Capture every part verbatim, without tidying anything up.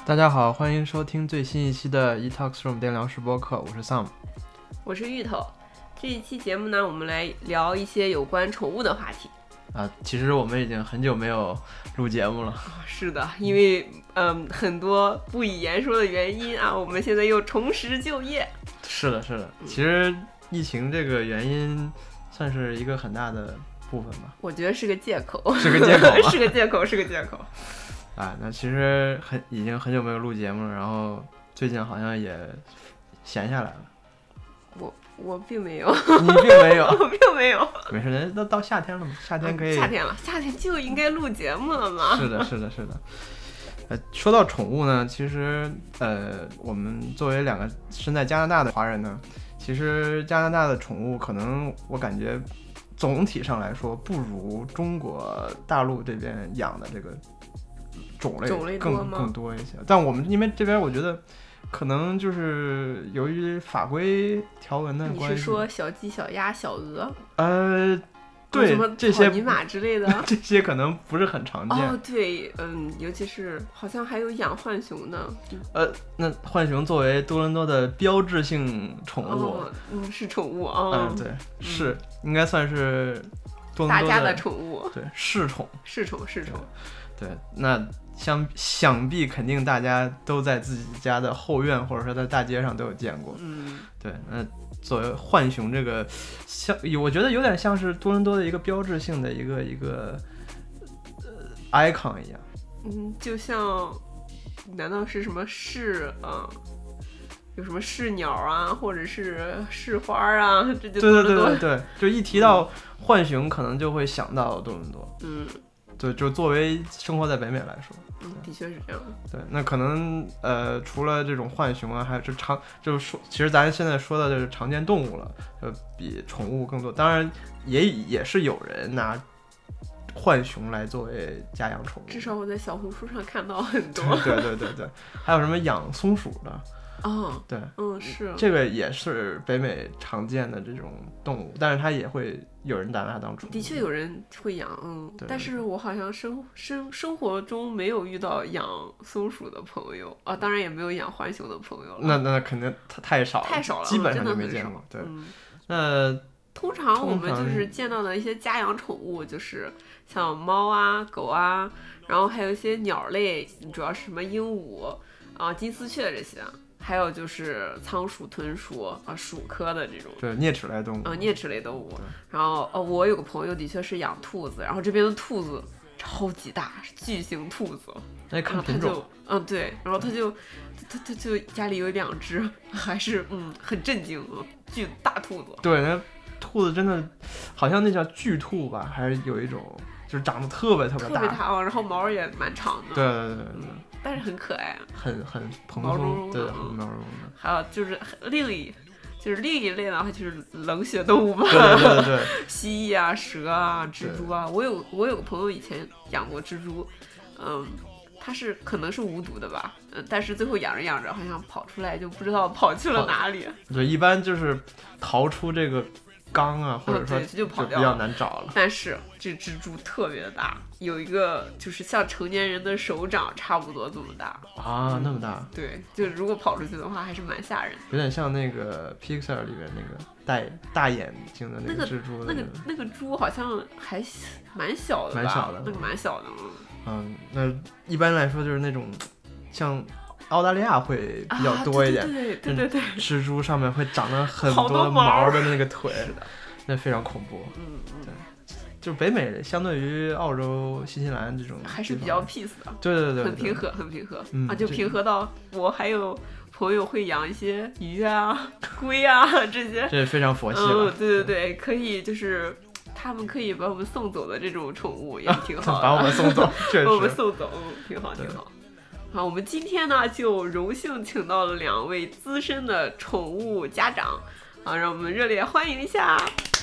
大家好，欢迎收听最新一期的 eTalks Room 电聊室播客，我是 Sam， 我是芋头。这一期节目呢，我们来聊一些有关宠物的话题啊。其实我们已经很久没有录节目了。 是的，因为嗯很多不以言说的原因啊，我们现在又重拾就业。 是的，是的。其实疫情这个原因算是一个很大的部分吧。 我觉得是个借口， 是个借口， 是个借口，是个借口。 啊，那其实很已经很久没有录节目了，然后最近好像也闲下来了。 我我并没有， 你并没有， 我并没有。 没事，人都到夏天了嘛，夏天可以、 啊。夏天了，夏天就应该录节目了嘛。 是的，是的，是的。呃，说到宠物呢，其实呃，我们作为两个身在加拿大的华人呢，其实加拿大的宠物可能我感觉总体上来说不如中国大陆这边养的这个种类种类更多吗？ 更多一些。但我们因为这边我觉得可能就是由于法规条文的关系。 你是说小鸡、小鸭、小鹅？ 呃。对， 什么这些草泥马之类的， 这些可能不是很常见。 哦，对，嗯，尤其是好像还有养浣熊的。 呃，那浣熊作为多伦多的标志性宠物， 哦、嗯，是宠物啊。哦、 嗯，对，是、嗯、应该算是多伦多大家的宠物。 对，是宠， 是宠，是宠。 对，那想想必肯定大家都在自己家的后院或者说在大街上都有见过。 嗯， 对，那。作为浣熊这个像，我觉得有点像是多伦多的一个标志性的一个一个呃 icon 一样。 嗯，就像难道是什么市啊？有什么市鸟啊，或者是市花啊？这就对对对对对，就一提到浣熊，可能就会想到多伦多。 嗯， 对，就作为生活在北美来说。 嗯，的确是这样。 对，那可能呃，除了这种浣熊啊，还有这常就是说，其实咱现在说的就是常见动物了，就比宠物更多。当然也也是有人拿浣熊来作为家养宠物， 至少我在小红书上看到很多。 对对对对，还有什么养松鼠的。 哦， 对， 嗯，是这个也是北美常见的这种动物，但是它也会有人拿它当宠物。 的确有人会养，嗯， 对， 但是我好像生生生活中没有遇到养松鼠的朋友啊，当然也没有养浣熊的朋友了。 那那肯定太少了， 太少了， 基本上就没见过。对， 嗯、 那通常我们就是见到的一些家养宠物，就是像猫啊、狗啊，然后还有一些鸟类，主要是什么鹦鹉啊、金丝雀这些。还有就是仓鼠、豚鼠啊，鼠科的这种， 对，啮齿类动物， 嗯，啮齿类动物。然后，哦，我有个朋友的确是养兔子，然后这边的兔子超级大，巨型兔子。 那看品种， 嗯，对，然后他就，他他就家里有两只，还是嗯很震惊啊，巨大兔子。 对，那兔子真的，好像那叫巨兔吧，还是有一种就是长得特别特别大， 特别大，然后毛也蛮长的。 对对对对。 嗯，但是很可爱， 很很蓬毛茸茸的，对，很毛茸茸的。 还有就是另一，就是另一类的话，就是冷血动物嘛， 对对对对， 蜥蜴啊、蛇啊、蜘蛛啊。我有我有个朋友以前养过蜘蛛，嗯，他是可能是无毒的吧，嗯，但是最后养着养着，好像跑出来就不知道跑去了哪里。 对，一般就是逃出这个缸啊，或者说就跑掉比较难找了。 但是这蜘蛛特别的大，有一个就是像成年人的手掌差不多这么大啊，那么大。 对，就如果跑出去的话，还是蛮吓人的。 有点像那个 Pixar 里面那个带大眼睛的那个蜘蛛的、 那个。那个那个猪好像还蛮小的吧？ 蛮小的， 那个蛮小的。 嗯，那一般来说就是那种像。澳大利亚会比较多一点， 啊、对对对对对， 蜘蛛上面会长了很多毛的那个腿，那非常恐怖。 嗯嗯， 对，就是北美相对于澳洲、新西兰这种还是比较 peace 的， 对对对， 很平和，很平和、 嗯、 啊，就平和到我还有朋友会养一些鱼啊、龟啊这些， 这非常佛系了。 嗯，对对对，可以就是。他们可以把我们送走的这种宠物也挺好的， 把我们送走，确实把我们送走，嗯，挺好，挺好。好，我们今天呢就荣幸请到了两位资深的宠物家长，啊，让我们热烈欢迎一下。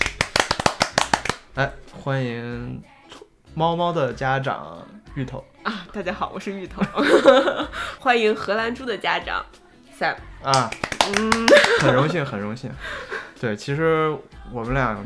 来，欢迎猫猫的家长芋头啊！大家好，我是芋头。欢迎荷兰猪的家长 Sam 啊， 嗯， 很荣幸，很荣幸。对，其实我们俩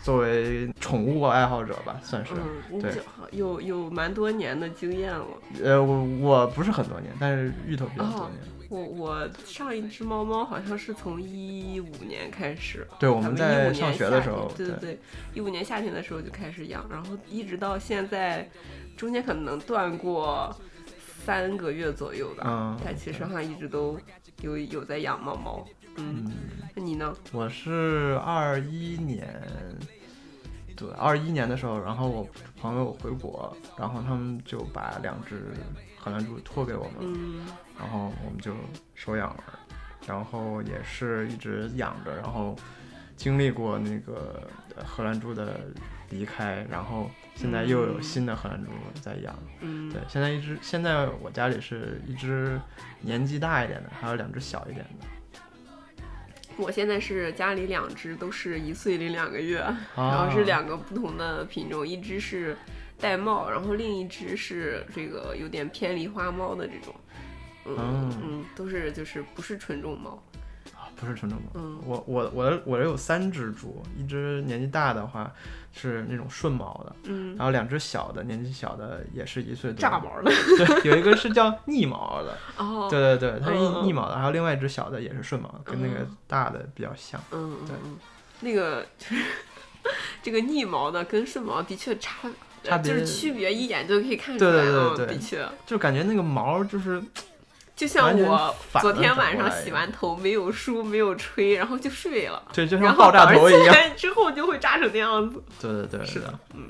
作为宠物爱好者吧，算是。 嗯， 对， 有有蛮多年的经验了。 呃，我我不是很多年，但是芋头比较多年。 哦我我上一只猫猫好像是从一五年开始， 对，我们在上学的时候， 对对对，一五年夏天的时候就开始养，然后一直到现在，中间可能断过三个月左右吧。 嗯， 但其实好像一直都有有在养猫猫。嗯，那你呢？ 我是二一年，对，二一年的时候，然后我朋友回国，然后他们就把两只荷兰猪托给我们， 嗯， 然后我们就收养了，然后也是一直养着，然后经历过那个荷兰猪的离开，然后现在又有新的荷兰猪在养。 嗯， 对，现在一只，现在我家里是一只年纪大一点的，还有两只小一点的。 我现在是家里两只都是一岁零两个月， 啊、 然后是两个不同的品种，一只是玳瑁，然后另一只是这个有点偏狸花猫的这种，嗯、哦、嗯，都是就是不是纯种猫。 不是纯种猫， 嗯， 我我我我这有三只猪，一只年纪大的话是那种顺毛的， 嗯， 然后两只小的年纪小的也是一岁多， 炸毛的， 对，有一个是叫逆毛的， 哦， 对对对，它是逆毛的，还有另外一只小的也是顺毛，跟那个大的比较像， 嗯， 对， 嗯那个就是这个逆毛的跟顺毛的确差， 差别就是区别一眼就可以看出来， 对对对对， 的确， 就感觉那个毛就是。 就像我昨天晚上洗完头没有梳没有吹，然后就睡了， 对，就像爆炸头一样， 然后之后就会炸成那样子。 对对对， 是的，嗯。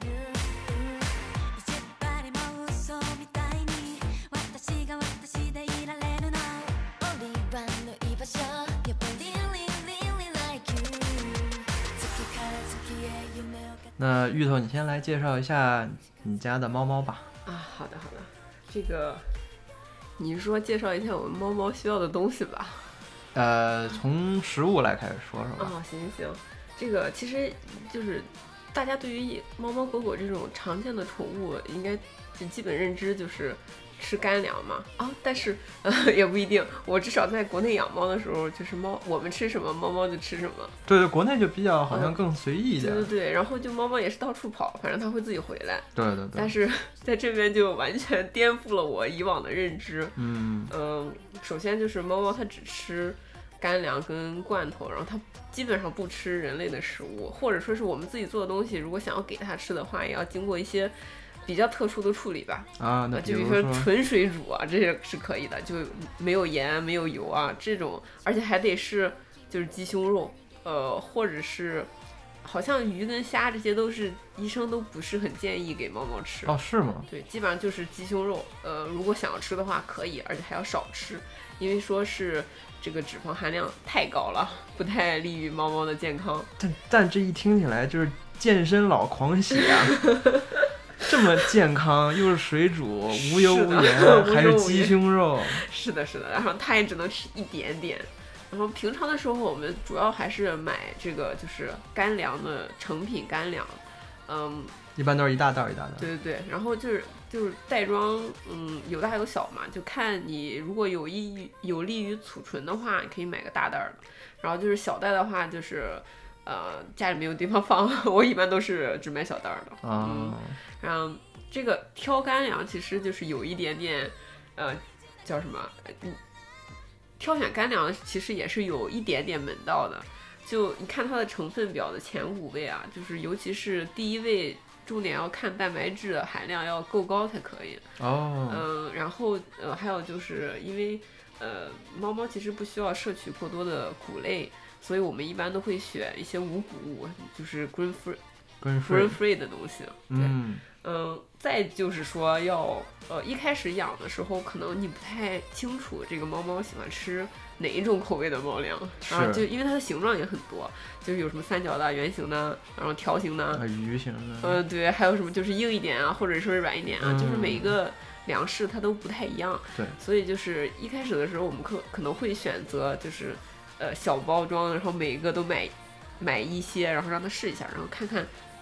那芋头，你先来介绍一下你家的猫猫吧。 啊，好的好的，这个。你说介绍一下我们猫猫需要的东西吧？ 呃，从食物来开始说说吧。 哦，行行行，这个其实就是大家对于猫猫狗狗这种常见的宠物，应该就基本认知就是吃干粮嘛。啊，但是呃也不一定，我至少在国内养猫的时候，就是猫我们吃什么，猫猫就吃什么。 对对，国内就比较好像更随意一点。 嗯、对对对，然后就猫猫也是到处跑，反正它会自己回来。 对对对。 但是在这边就完全颠覆了我以往的认知。 嗯嗯、呃，首先就是猫猫它只吃干粮跟罐头，然后它基本上不吃人类的食物，或者说是我们自己做的东西，如果想要给它吃的话，也要经过一些比较特殊的处理吧。 啊，那就比如说纯水煮啊，这些是可以的，就没有盐没有油啊这种，而且还得是就是鸡胸肉，呃，或者是好像鱼跟虾这些都是医生都不是很建议给猫猫吃。 哦，是吗？ 对，基本上就是鸡胸肉，呃，如果想要吃的话可以，而且还要少吃，因为说是这个脂肪含量太高了，不太利于猫猫的健康。 但但这一听起来就是健身老狂喜啊！这么健康，又是水煮，无油无盐，还是鸡胸肉。 是的，是的，然后它也只能吃一点点。然后平常的时候，我们主要还是买这个就是干粮的成品干粮，嗯， 一般都是一大袋一大袋。 对对对，然后就是就是袋装，嗯，有大有小嘛，就看你如果有益有利于储存的话，你可以买个大袋的。然后就是小袋的话，就是呃家里没有地方放，我一般都是只买小袋的。 啊、 嗯，然后这个挑干粮其实就是有一点点，呃，叫什么？嗯。挑选干粮其实也是有一点点门道的，就你看它的成分表的前五位啊，就是尤其是第一位，重点要看蛋白质的含量要够高才可以。 哦， 嗯，然后呃还有就是因为呃猫猫其实不需要摄取过多的谷类，所以我们一般都会选一些无谷物，就是 grain free grain free free 的东西。对， 嗯。 嗯，再就是说要，呃，一开始养的时候，可能你不太清楚这个猫猫喜欢吃哪一种口味的猫粮，然后就因为它的形状也很多，就是有什么三角的、圆形的，然后条形的、 啊、鱼形的， 嗯、呃，对，还有什么就是硬一点啊，或者说是软一点啊， 嗯、 就是每一个粮食它都不太一样。 对， 所以就是一开始的时候，我们可可能会选择就是呃小包装，然后每一个都买买一些，然后让它试一下，然后看看。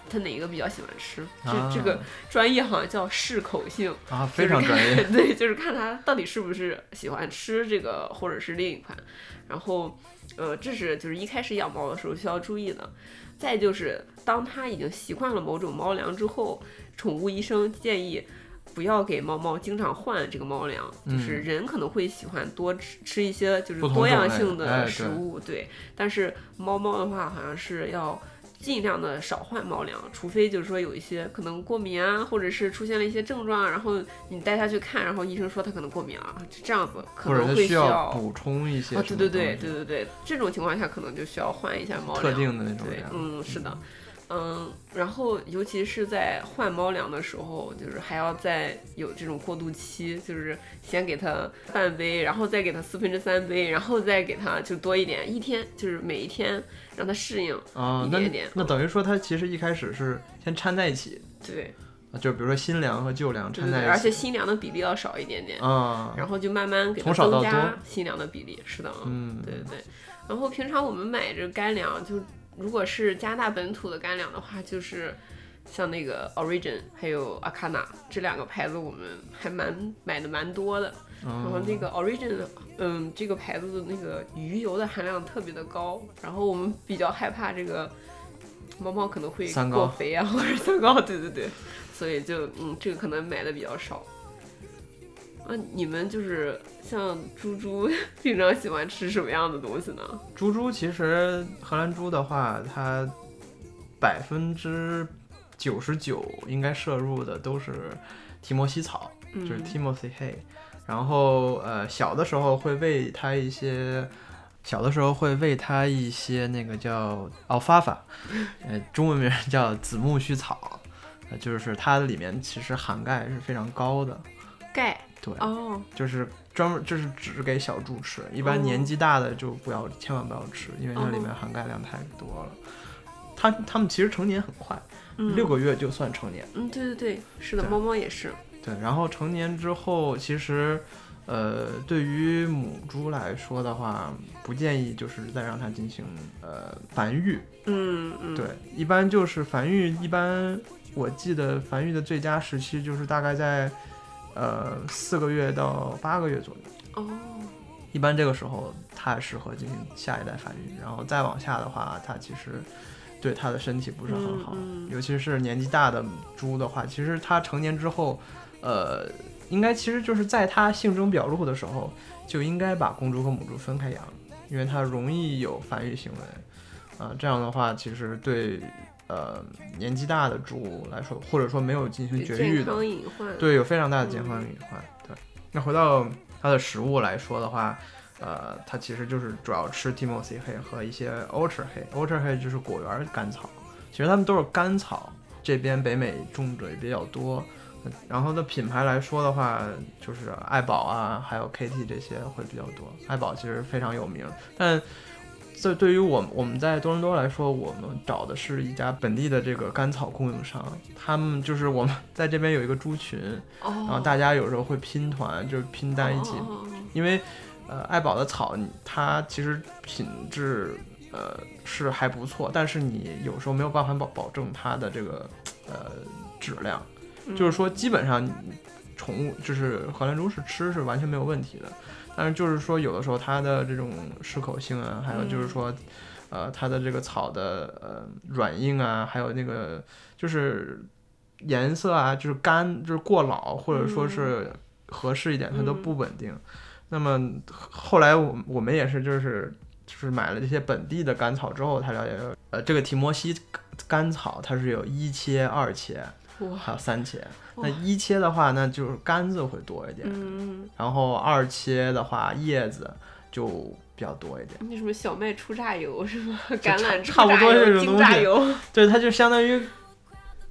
他哪一个比较喜欢吃， 啊、 这这个专业好像叫适口性啊，非常专业。 对，就是看他到底是不是喜欢吃这个或者是另一款。然后呃，这是就是一开始养猫的时候需要注意的。再就是当他已经习惯了某种猫粮之后，宠物医生建议不要给猫猫经常换这个猫粮， 嗯、 就是人可能会喜欢多吃吃一些就是多样性的食物， 哎、 对, 对，但是猫猫的话好像是要尽量的少换猫粮，除非就是说有一些可能过敏啊，或者是出现了一些症状，然后你带它去看，然后医生说它可能过敏了，这样子可能会需要补充一些。 哦，对对对对对对，这种情况下可能就需要换一下猫粮， 特定的那种对，嗯，是的。嗯，然后尤其是在换猫粮的时候，就是还要再有这种过渡期，就是先给它半杯，然后再给它四分之三杯，然后再给它就多一点，一天就是每一天让它适应一点点。 哦、那, 那等于说它其实一开始是先掺在一起， 对， 就比如说新粮和旧粮掺在一起， 对对对，而且新粮的比例要少一点点啊、 嗯，然后就慢慢给它增加新粮的比例，是的， 嗯， 对对对。然后平常我们买这干粮就。如果是加拿大本土的干粮的话，就是像那个 Origin 还有 Akana 这两个牌子，我们还蛮买的蛮多的。 嗯、 然后那个 Origin， 嗯，这个牌子的那个鱼油的含量特别的高，然后我们比较害怕这个猫猫可能会过肥啊，或者三高，对对对，所以就嗯，这个可能买的比较少。啊，你们就是像猪猪平常喜欢吃什么样的东西呢？ 猪猪其实荷兰猪的话，它百分之九十九应该摄入的都是提莫西草， 嗯、 就是 Timothy Hay。然后呃，小的时候会喂它一些，小的时候会喂它一些那个叫 alfalfa， 呃，中文名叫紫木须草，呃，就是它里面其实含钙是非常高的。 钙。 对， 哦， 就是专门就是只给小猪吃，一般年纪大的就不要，哦、千万不要吃，因为它里面含钙量太多了。它它们其实成年很快， 嗯、 六个月就算成年。 嗯，对对对，是的，猫猫也是。 对，然后成年之后，其实，呃，对于母猪来说的话，不建议就是再让它进行呃繁育。 嗯嗯。 对，一般就是繁育，一般我记得繁育的最佳时期就是大概在。呃，四个月到八个月左右。 哦， 一般这个时候它适合进行下一代繁育，然后再往下的话，它其实对它的身体不是很好， 嗯嗯、 尤其是年纪大的猪的话，其实它成年之后，呃，应该其实就是在它性征表露的时候，就应该把公猪和母猪分开养，因为它容易有繁育行为，啊、呃，这样的话其实对。呃，年纪大的猪来说，或者说没有进行绝育的， 健康隐患， 对，有非常大的健康隐患。嗯、对，那回到它的食物来说的话，呃，它其实就是主要吃 Timothy Hay 和一些 Orchard Hay，Orchard Hay 就是果园甘草，其实它们都是甘草，这边北美种者也比较多。然后的品牌来说的话，就是爱宝啊，还有 K T 这些会比较多。爱宝其实非常有名，但这对于我们我们在多伦多来说，我们找的是一家本地的这个甘草供应商，他们就是我们在这边有一个猪群， 哦、 然后大家有时候会拼团，就是拼单一起， 哦、 因为呃爱宝的草它其实品质呃是还不错，但是你有时候没有办法保保证它的这个呃质量， 嗯、 就是说基本上宠物就是荷兰猪是吃是完全没有问题的。但是就是说，有的时候它的这种适口性啊，还有就是说，嗯、呃，它的这个草的呃软硬啊，还有那个就是颜色啊，就是干，就是过老或者说是合适一点，它都不稳定。嗯、那么后来我我们也是就是就是买了这些本地的甘草之后，才了解，呃，这个提摩西甘草它是有一切、二切，还有三切。那一切的话，那就是杆子会多一点， 嗯， 然后二切的话，叶子就比较多一点。 那什么小麦初榨油是吗？橄榄差不多这种东西。 精榨油， 对，它就相当于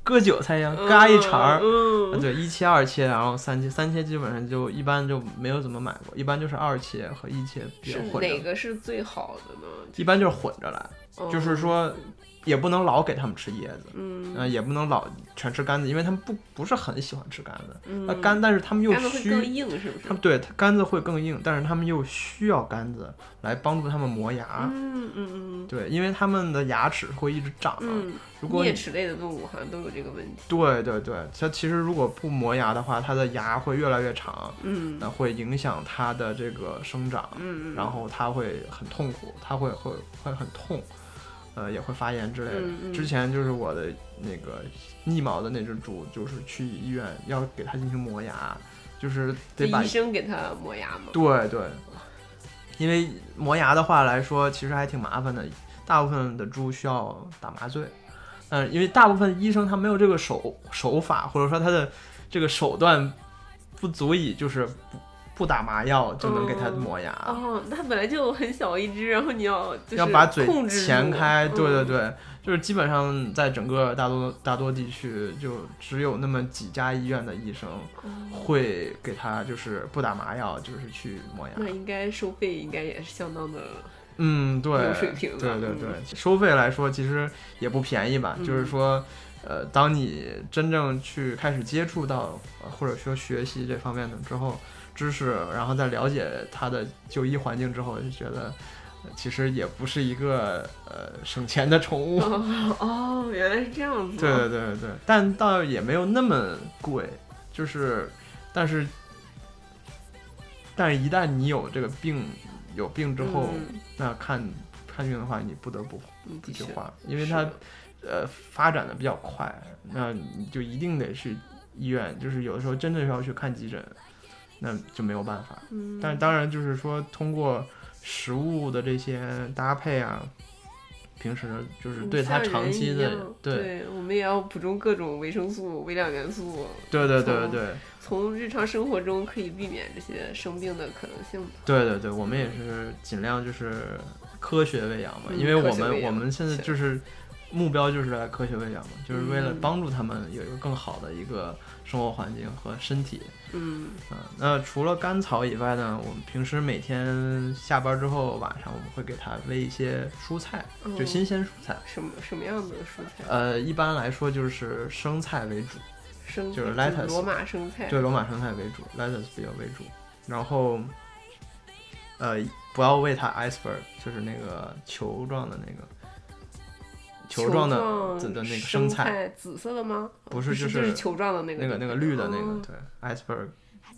割韭菜一样，嘎一茬儿、 嗯啊，对，一切二切，然后三切，三切基本上就一般就没有怎么买过，一般就是二切和一切比较是混着。 哪个是最好的呢？ 一般就是混着来， 哦、 就是说也不能老给他们吃椰子， 嗯， 呃、也不能老全吃干子，因为他们不不是很喜欢吃干子， 嗯， 那干，但是他们又需， 更硬是不是？ 他们对干子会更硬，但是他们又需要干子来帮助他们磨牙， 嗯嗯嗯， 对，因为他们的牙齿会一直长， 嗯， 如果啮齿类的动物好像都有这个问题。 对对对，它其实如果不磨牙的话，它的牙会越来越长， 嗯， 那会影响它的这个生长， 嗯， 然后它会很痛苦，它会会会很痛。呃，也会发炎之类的、 嗯嗯。 之前就是我的那个逆毛的那只猪，就是去医院要给它进行磨牙，就是得把医生给它磨牙吗？ 对对，因为磨牙的话来说，其实还挺麻烦的，大部分的猪需要打麻醉，嗯、呃，因为大部分医生他没有这个手手法，或者说他的这个手段不足以就是不。不打麻药就能给它磨牙。 哦，它本来就很小一只，然后你要就是要把嘴控制钳开，对对对、 嗯， 就是基本上在整个大多大多地区，就只有那么几家医院的医生会给他就是不打麻药，就是去磨牙。 那应该收费应该也是相当的。 嗯，对， 有水平的。 对对对、嗯，收费来说其实也不便宜吧， 嗯、 就是说。呃，当你真正去开始接触到，或者说学习这方面的之后知识，然后再了解它的就医环境之后，就觉得、呃、其实也不是一个呃省钱的宠物。 哦, 哦，原来是这样子。 对对对对，但倒也没有那么贵，就是，但是，但是一旦你有这个病，有病之后， 嗯、 那看看病的话，你不得不不去花，因为它。呃，发展的比较快，那你就一定得去医院，就是有的时候真的是要去看急诊，那就没有办法。 嗯， 但当然就是说，通过食物的这些搭配啊，平时就是对它长期的， 对， 对， 我们也要补充各种维生素、微量元素。 对对对对， 从日常生活中可以避免这些生病的可能性。 对对对，我们也是尽量就是科学喂养嘛， 嗯、 因为我们我们现在就是。目标就是来科学喂养嘛，就是为了帮助他们有一个更好的一个生活环境和身体。 嗯， 啊，那除了甘草以外呢，我们平时每天下班之后晚上我们会给它喂一些蔬菜， 嗯、 就新鲜蔬菜。 什么什么样的蔬菜？ 呃，一般来说就是生菜为主， 生就是 lettuce， 罗马生菜。 对，罗马生菜为主 ，lettuce 比较为主。然后，呃，不要喂它 iceberg， 就是那个球状的那个。球状的的那个生菜， 紫色的吗？ 不是， 就是球状的那个， 那个那个绿的那个， 哦、 对 ，iceberg。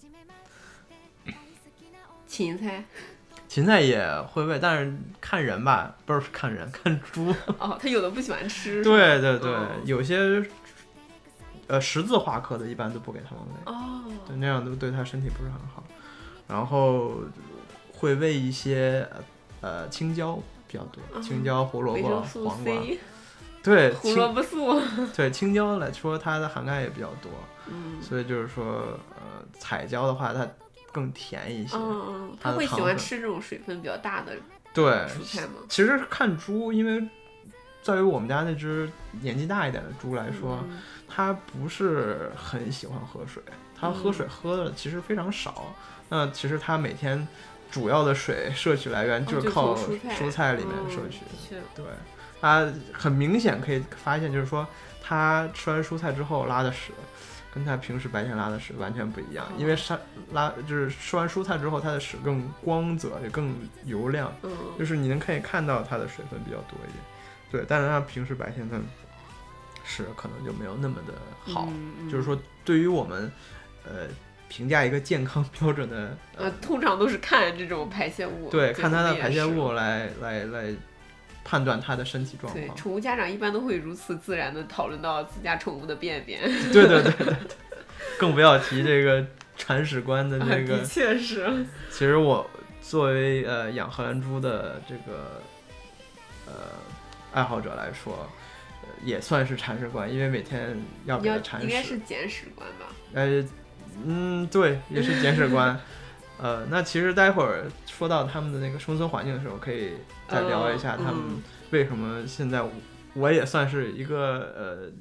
芹菜， 芹菜也会喂，但是看人吧，不是看人，看猪。 哦，他有的不喜欢吃。 对对对， 哦、 有些呃十字花科的，一般都不给他们喂。 哦。 对，那样都对他身体不是很好。然后会喂一些呃青椒比较多， 哦、 青椒、胡萝卜、黄瓜。 对， 胡萝卜素。 对，青椒来说，它的涵盖也比较多， 嗯， 所以就是说，呃，彩椒的话，它更甜一些。 嗯嗯，它会喜欢吃这种水分比较大的对蔬菜吗？ 其实看猪，因为在于我们家那只年纪大一点的猪来说， 嗯、 它不是很喜欢喝水，它喝水喝的其实非常少。那、嗯、其实它每天主要的水摄取来源就是靠蔬菜里面摄取。 嗯、 对。它很明显可以发现，就是说，它吃完蔬菜之后拉的屎，跟它平时白天拉的屎完全不一样。因为沙拉就是吃完蔬菜之后，它的屎更光泽，也更油亮，就是你能可以看到它的水分比较多一点。对，但是它平时白天的屎可能就没有那么的好。就是说，对于我们，呃。评价一个健康标准的， 呃，通常都是看这种排泄物， 对，看它的排泄物来来来判断它的身体状况。 对，宠物家长一般都会如此自然的讨论到自家宠物的便便。 对对对对对，更不要提这个铲屎官的那个。 啊、的确是。 其实我作为呃养荷兰猪的这个呃爱好者来说，呃、也算是铲屎官，因为每天要给它铲屎。 应该是捡屎官吧？ 呃。嗯，对，也是捡屎官。呃，那其实待会儿说到他们的那个生存环境的时候，可以再聊一下他们为什么现在我也算是一个呃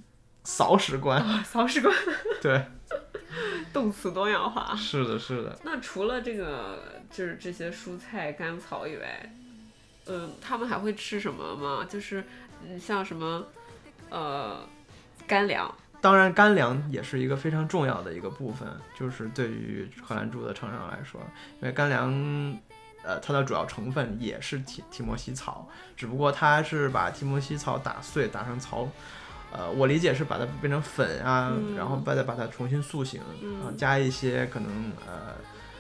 扫屎官， 哦、扫屎官， 对， 动词多样化。 是的，是的。 那除了这个就是这些蔬菜甘草以外，嗯、呃，他们还会吃什么吗？就是像什么呃干粮。 当然，干粮也是一个非常重要的一个部分，就是对于荷兰猪的成长来说，因为干粮，呃，它的主要成分也是提提莫西草，只不过它是把提莫西草打碎，打成草，呃，我理解是把它变成粉啊， 嗯、 然后再把它重新塑形， 嗯、 然后加一些可能呃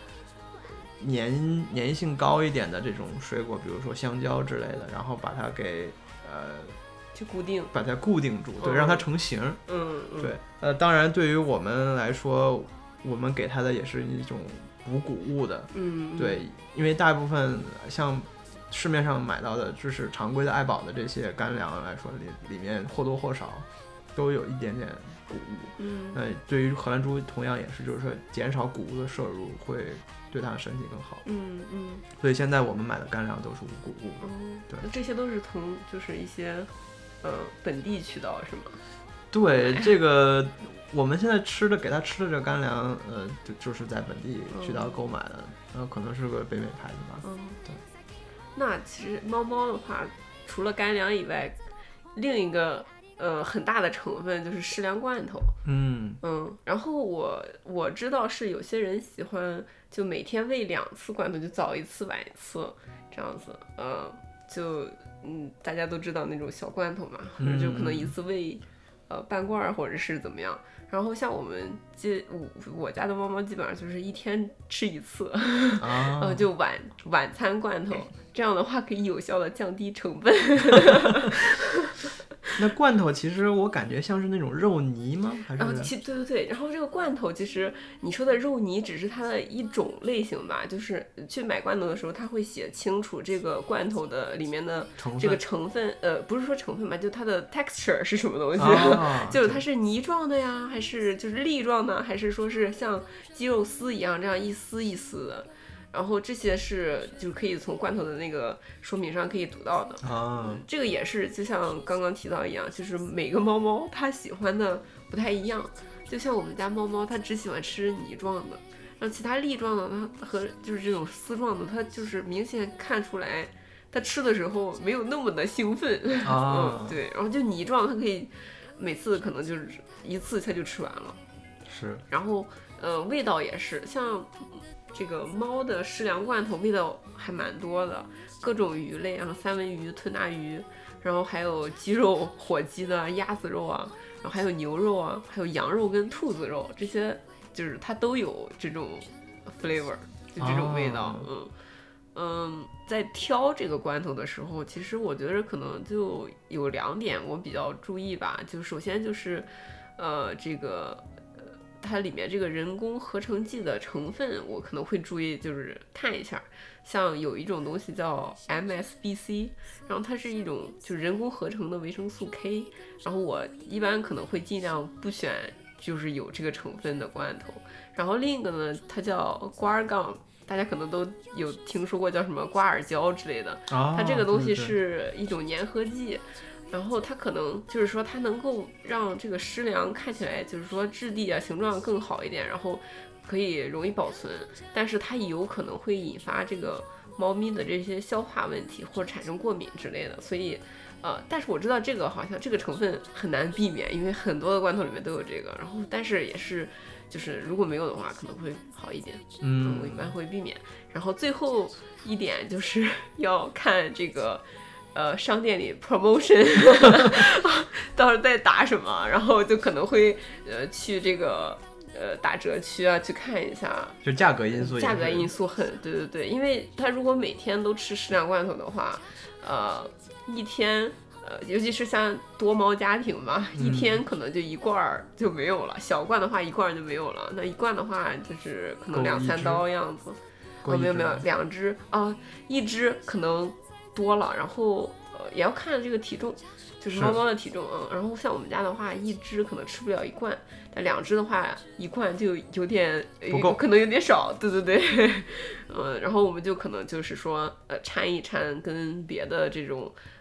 粘粘性高一点的这种水果，比如说香蕉之类的，然后把它给呃。 去固定， 把它固定住，对，嗯、让它成型。 嗯，嗯对，呃，当然，对于我们来说，我们给它的也是一种补谷物的， 嗯， 对，因为大部分像市面上买到的，就是常规的爱宝的这些干粮来说，里里面或多或少都有一点点谷物。 嗯， 呃，对于荷兰猪同样也是，就是说减少谷物的摄入会对它的身体更好。 嗯嗯。 所以现在我们买的干粮都是无谷物。 嗯， 对， 这些都是从就是一些。呃，本地渠道是吗？ 对，这个我们现在吃的给它吃的这个干粮，呃，就就是在本地渠道购买的，然后、嗯、可能是个北美牌子吧。 嗯， 对。 那其实猫猫的话，除了干粮以外，另一个呃很大的成分就是适量罐头。 嗯嗯，然后我我知道是有些人喜欢就每天喂两次罐头，就早一次晚一次这样子，呃，就。嗯，大家都知道那种小罐头嘛，或者就可能一次喂，呃，半罐或者是怎么样。然后像我们基我我家的猫猫基本上就是一天吃一次， 啊、 呃，就晚晚餐罐头，这样的话可以有效的降低成本。 那罐头其实我感觉像是那种肉泥吗？还是？ 然后其对对对，然后这个罐头其实你说的肉泥只是它的一种类型吧，就是去买罐头的时候，它会写清楚这个罐头的里面的这个成分，呃，不是说成分吧，就它的 texture 是什么东西， 哦、 就是它是泥状的呀，还是就是粒状的，还是说是像鸡肉丝一样这样一丝一丝的。然后这些是就可以从罐头的那个说明上可以读到的啊， 这个也是就像刚刚提到一样，就是每个猫猫它喜欢的不太一样。就像我们家猫猫，它只喜欢吃泥状的，然后其他粒状的它和就是这种丝状的，它就是明显看出来它吃的时候没有那么的兴奋啊、 嗯，对，然后就泥状它可以每次可能就是一次它就吃完了， 是， 然后呃味道也是像。这个猫的适量罐头味道还蛮多的，各种鱼类啊，三文鱼、吞拿鱼，然后还有鸡肉、火鸡的、鸭子肉啊，然后还有牛肉啊，还有羊肉跟兔子肉，这些就是它都有这种 flavor， 就这种味道。哦、嗯嗯，在挑这个罐头的时候，其实我觉得可能就有两点我比较注意吧，就首先就是呃这个。它里面这个人工合成剂的成分，我可能会注意，就是看一下，像有一种东西叫 M S B C， 然后它是一种就是人工合成的维生素 K， 然后我一般可能会尽量不选就是有这个成分的罐头。然后另一个呢，它叫瓜尔杠，大家可能都有听说过叫什么瓜尔胶之类的， 哦、 它这个东西是一种粘合剂。然后它可能就是说它能够让这个湿粮看起来就是说质地啊形状更好一点，然后可以容易保存，但是它有可能会引发这个猫咪的这些消化问题或者产生过敏之类的，所以呃，但是我知道这个好像这个成分很难避免，因为很多的罐头里面都有这个，然后但是也是就是如果没有的话可能会好一点， 嗯， 我一般会避免。然后最后一点就是要看这个。呃，商店里 promotion 到时候在打什么，然后就可能会呃去这个呃打折区啊去看一下， 就价格因素， 价格因素很对对对，因为他如果每天都吃适量罐头的话，呃，一天呃，尤其是像多猫家庭嘛，一天可能就一罐就没有了，嗯、小罐的话一罐就没有了，那一罐的话就是可能两三刀样子，哦，没有没有，两只啊，一只可能。多了，然后呃也要看这个体重，就是猫猫的体重啊、嗯。然后像我们家的话，一只可能吃不了一罐，但两只的话，一罐就有点不够， 可能有点少。对对对，嗯，然后我们就可能就是说呃掺一掺，跟别的这种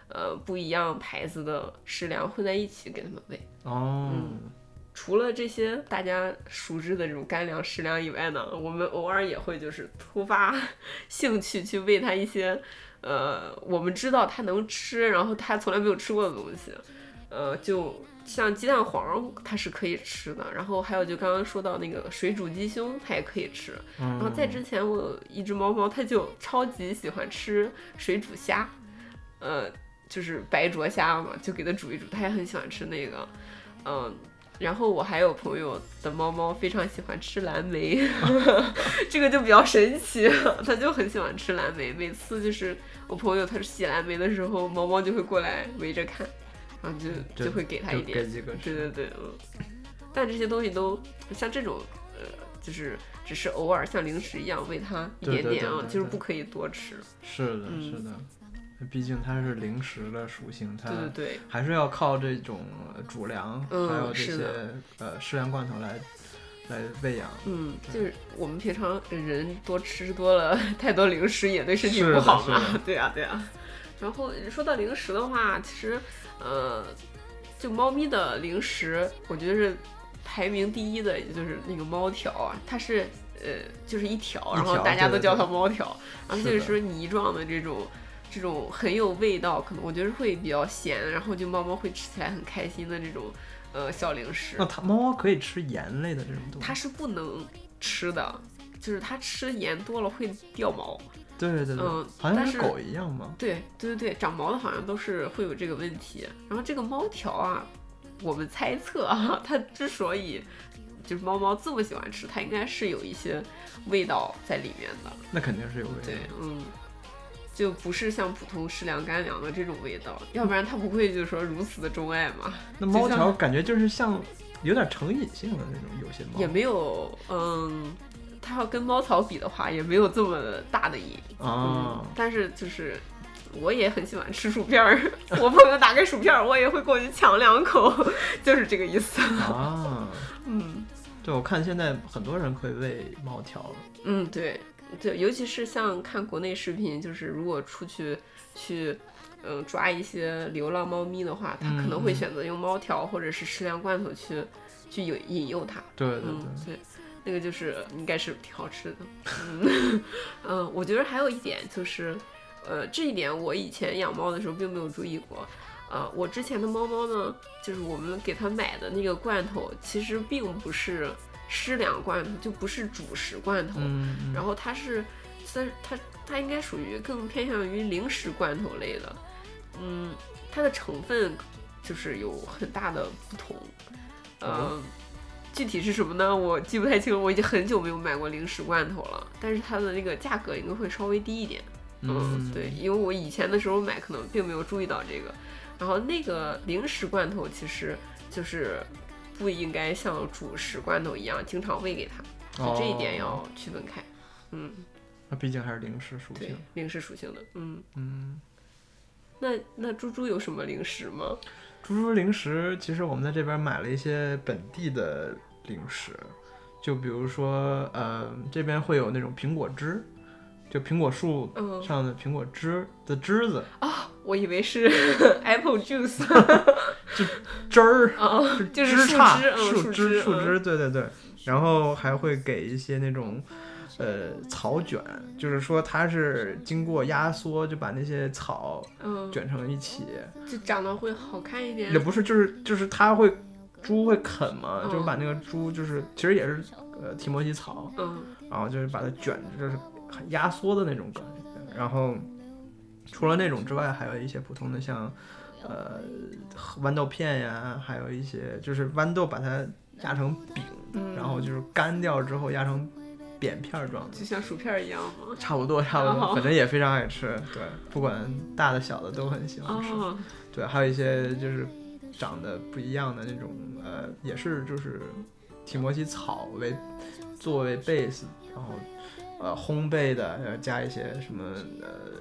呃不一样牌子的食粮混在一起给它们喂。 哦。 嗯，除了这些大家熟知的这种干粮、食粮以外呢，我们偶尔也会就是突发兴趣去喂它一些，呃，我们知道它能吃，然后它从来没有吃过的东西，呃，就像鸡蛋黄它是可以吃的，然后还有就刚刚说到那个水煮鸡胸，它也可以吃。然后在之前我有一只猫猫，它就超级喜欢吃水煮虾，呃，就是白灼虾嘛，就给它煮一煮，它也很喜欢吃那个，嗯、呃。然后我还有朋友的猫猫非常喜欢吃蓝莓，这个就比较神奇，它就很喜欢吃蓝莓。每次就是我朋友他洗蓝莓的时候，猫猫就会过来围着看，然后就就会给它一点。 给几个对对对，嗯。但这些东西都像这种，呃，就是只是偶尔像零食一样喂它一点点啊，就是不可以多吃。 是的，是的。嗯，毕竟它是零食的属性，它对对对， 还是要靠这种主粮， 嗯、 还有这些呃适量罐头来来喂养。 嗯，就是我们平常人多吃多了太多零食也对身体不好嘛。对啊对啊。然后说到零食的话，其实呃，就猫咪的零食，我觉得是排名第一的，也就是那个猫条啊，它是呃就是一条，然后大家都叫它猫条，然后就是泥状的这种。这种很有味道，可能我觉得会比较咸，然后就猫猫会吃起来很开心的这种呃小零食。 那它猫猫可以吃盐类的这种东西？ 它是不能吃的，就是它吃盐多了会掉毛。 对对对， 嗯， 好像是狗一样嘛。 对对对对，长毛的好像都是会有这个问题。然后这个猫条啊，我们猜测啊，它之所以就是猫猫这么喜欢吃，它应该是有一些味道在里面的。 那肯定是有味道。 对，嗯。就不是像普通适量干粮的这种味道，要不然它不会就是说如此的钟爱嘛。 那猫条感觉就是像有点成瘾性的那种，有些猫也没有，嗯，它要跟猫草比的话，也没有这么大的瘾啊、 嗯。但是就是我也很喜欢吃薯片儿，我朋友打开薯片儿，我也会过去抢两口，就是这个意思啊。 嗯， 对，我看现在很多人可以喂猫条了。 嗯，对。对，尤其是像看国内视频，就是如果出去去，嗯，抓一些流浪猫咪的话，他可能会选择用猫条或者是适量罐头去去引引诱它。 对对对、 嗯，对，那个就是应该是挺好吃的。嗯，嗯，我觉得还有一点就是，呃，这一点我以前养猫的时候并没有注意过。呃，我之前的猫猫呢，就是我们给它买的那个罐头，其实并不是湿粮罐头，就不是主食罐头， 嗯嗯、 然后它是，它它它应该属于更偏向于零食罐头类的，嗯，它的成分就是有很大的不同，呃， 哦、 具体是什么呢？我记不太清，我已经很久没有买过零食罐头了，但是它的那个价格应该会稍微低一点，嗯， 嗯对，因为我以前的时候买可能并没有注意到这个，然后那个零食罐头其实就是不应该像主食罐头一样经常喂给它，所以这一点要区分开。嗯， 那毕竟还是零食属性， 对，零食属性的。嗯嗯。 那那猪猪有什么零食吗？ 猪猪零食，其实我们在这边买了一些本地的零食，就比如说，呃，这边会有那种苹果汁。就苹果树上的苹果汁的汁子啊、嗯哦，我以为是 apple juice， 就汁儿， 哦，就是枝杈、 树枝、树枝， 嗯、 对对对。然后还会给一些那种呃草卷，就是说它是经过压缩，就把那些草卷成一起， 嗯、就长得会好看一点。 也不是，就是就是它会猪会啃嘛， 嗯、 就是把那个猪就是其实也是呃提莫西草， 嗯， 然后就是把它卷，就是很压缩的那种感觉。然后除了那种之外，还有一些普通的像呃豌豆片呀，还有一些就是豌豆把它压成饼， 嗯、 然后就是干掉之后压成扁片状的， 就像薯片一样吗？ 差不多差不多，反正也非常爱吃。对，不管大的小的都很喜欢吃。 哦、 对，还有一些就是长得不一样的那种，呃，也是就是提莫西草为作为 base， 然后呃烘焙的，然后加一些什么呃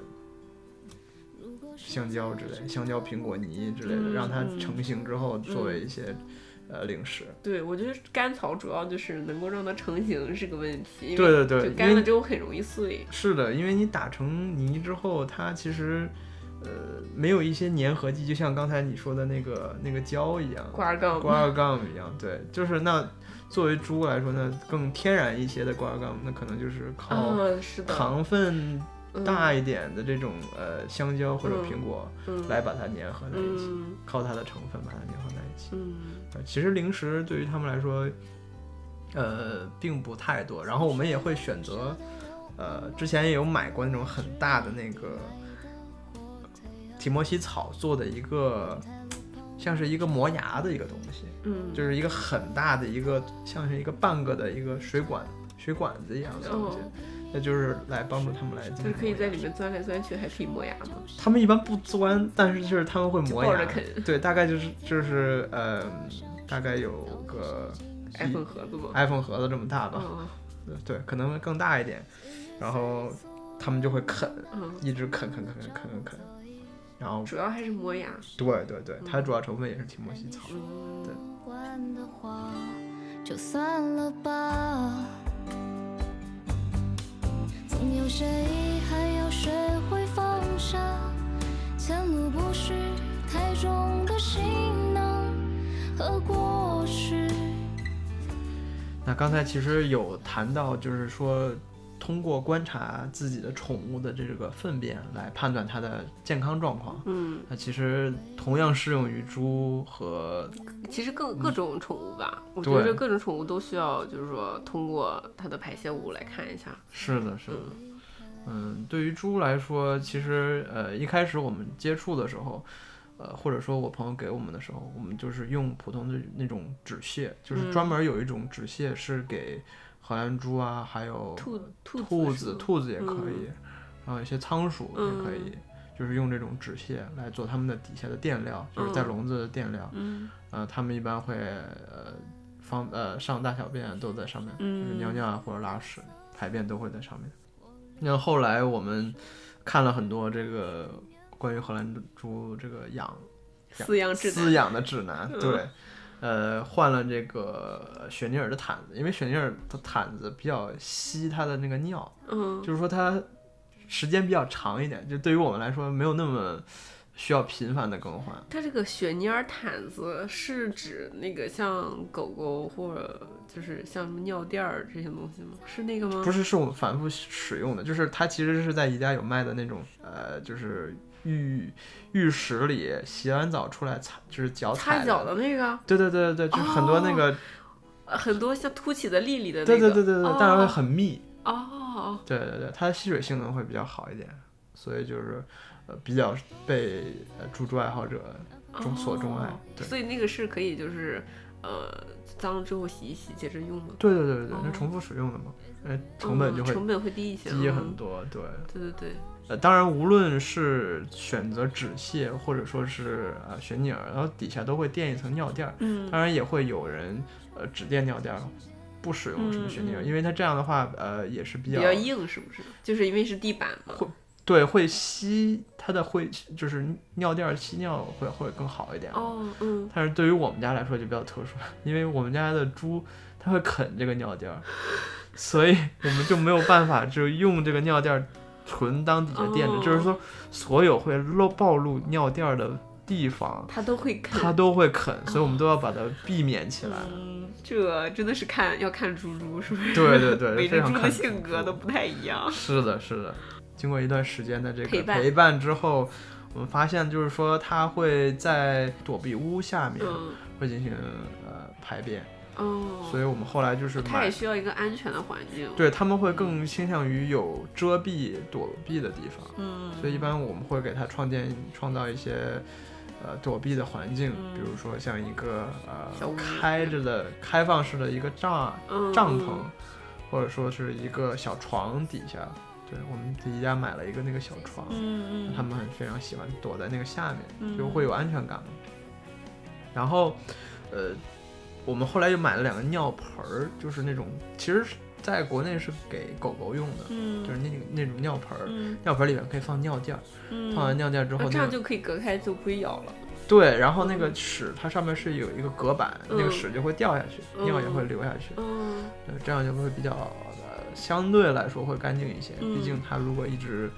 香蕉之类，香蕉苹果泥之类的， 嗯、 让它成型之后作为一些。嗯呃，零食。 对，我觉得干草主要就是能够让它成型是个问题。 对对对， 就干了之后很容易碎。 是的，因为你打成泥之后，它其实呃没有一些粘合剂，就像刚才你说的那个那个胶一样， 瓜尔杠瓜尔杠一样，对，就是那作为猪来说呢，更天然一些的瓜尔杠，那可能就是靠糖分大一点的这种、嗯、呃香蕉或者苹果、嗯、来把它粘合在一起、嗯，靠它的成分把它粘合在一起。 嗯， 呃、其实零食对于他们来说，呃，并不太多。然后我们也会选择，呃，之前也有买过那种很大的那个提莫西草做的一个，像是一个磨牙的一个东西， 嗯， 就是一个很大的一个，像是一个半个的一个水管水管子一样的东西。哦，那就是来帮助他们来， 就是可以在里面钻来钻去，还可以磨牙吗？ 他们一般不钻，但是就是他们会磨牙， 抱着啃。 对，大概就是就是呃，大概有个 iPhone 盒子吗 ？iPhone 盒子这么大吧？ 哦、 对，可能更大一点。然后他们就会啃， 嗯、 一直啃啃啃啃啃啃啃。然后主要还是磨牙。 对对对，它主要成分也是提莫西草。 嗯、 对。 就算了吧。总有些遗憾要学会放下，前路不是太重的行囊和过去。 那刚才其实有谈到，就是说通过观察自己的宠物的这个粪便来判断它的健康状况。 嗯， 那其实同样适用于猪和其实各各种宠物吧、嗯，我觉得各种宠物都需要，就是说通过它的排泄物来看一下。 是的，是的。嗯，嗯对于猪来说，其实呃一开始我们接触的时候，呃或者说我朋友给我们的时候，我们就是用普通的那种纸屑，就是专门有一种纸屑是给荷兰猪啊，还有兔兔兔子兔子也可以、 嗯， 然后一些仓鼠也可以、嗯，就是用这种纸屑来做它们的底下的垫料，就是在笼子的垫料。 嗯， 呃，他们一般会呃放呃上大小便都在上面， 嗯， 就是尿尿啊或者拉屎、排便都会在上面。那后来我们看了很多这个关于荷兰猪这个养饲养指南饲养的指南，对。嗯呃，换了这个雪尼尔的毯子，因为雪尼尔的毯子比较吸它的那个尿， 嗯， 就是说它时间比较长一点，就对于我们来说没有那么需要频繁的更换。 它这个雪尼尔毯子是指那个像狗狗或者就是像什么尿垫儿这些东西吗？是那个吗？ 不是，是我们反复使用的，就是它其实是在宜家有卖的那种，呃，就是浴浴室里洗完澡出来擦，就是脚踩擦脚的那个。 对对对对对，就是很多那个、 哦、很多像凸起的粒粒的那个。对对对对对， 哦、 当然会很密。 哦。 对对对，它的吸水性能会比较好一点，所以就是呃比较被呃猪猪爱好者中所钟爱、哦。对， 所以那个是可以就是呃脏了之后洗一洗接着用的。 对对对对对，那、哦、重复使用的嘛，呃成本就会、 嗯、成本会低一些， 低很多。对对对对。 呃，当然，无论是选择纸屑，或者说是呃雪尼尔，然后底下都会垫一层尿垫。 嗯， 当然也会有人呃只垫尿垫，不使用什么雪尼尔、 嗯嗯， 因为它这样的话，呃也是比较比较硬，是不是？就是因为是地板嘛。 会，对，会吸它的会就是尿垫吸尿会会更好一点。 哦，嗯。 但是对于我们家来说就比较特殊，因为我们家的猪它会啃这个尿垫，所以我们就没有办法就用这个尿垫纯当底下垫着， oh. 就是说所有会露暴露尿垫的地方它都会啃， 它都会啃，所以我们都要把它避免起来。 嗯，这真的是看要看猪猪是不是？ 对对对， 每只猪的性格都不太一样。 是的，是的。经过一段时间的这个陪伴陪伴之后，我们发现就是说它会在躲避屋下面会进行、嗯、呃排便。 哦， 所以我们后来就是它也需要一个安全的环境。 对，他们会更倾向于有遮蔽躲避的地方。 嗯， 所以一般我们会给它创建创造一些呃躲避的环境、 嗯、 比如说像一个呃开着的开放式的一个帐、 嗯、 帐篷，或者说是一个小床底下。对，我们自己家买了一个那个小床， 嗯嗯， 他们很非常喜欢躲在那个下面， 嗯、 就会有安全感。然后呃我们后来又买了两个尿盆儿，就是那种其实在国内是给狗狗用的， 嗯， 就是那种那种尿盆儿、 嗯， 尿盆里面可以放尿垫， 嗯， 放完尿垫之后、那个， 这样就可以隔开，就不会咬了。 对，然后那个屎它上面是有一个隔板， 嗯、 那个屎就会掉下去、嗯，尿也会流下去， 嗯， 对，这样就会比较呃相对来说会干净一些、 嗯， 毕竟它如果一直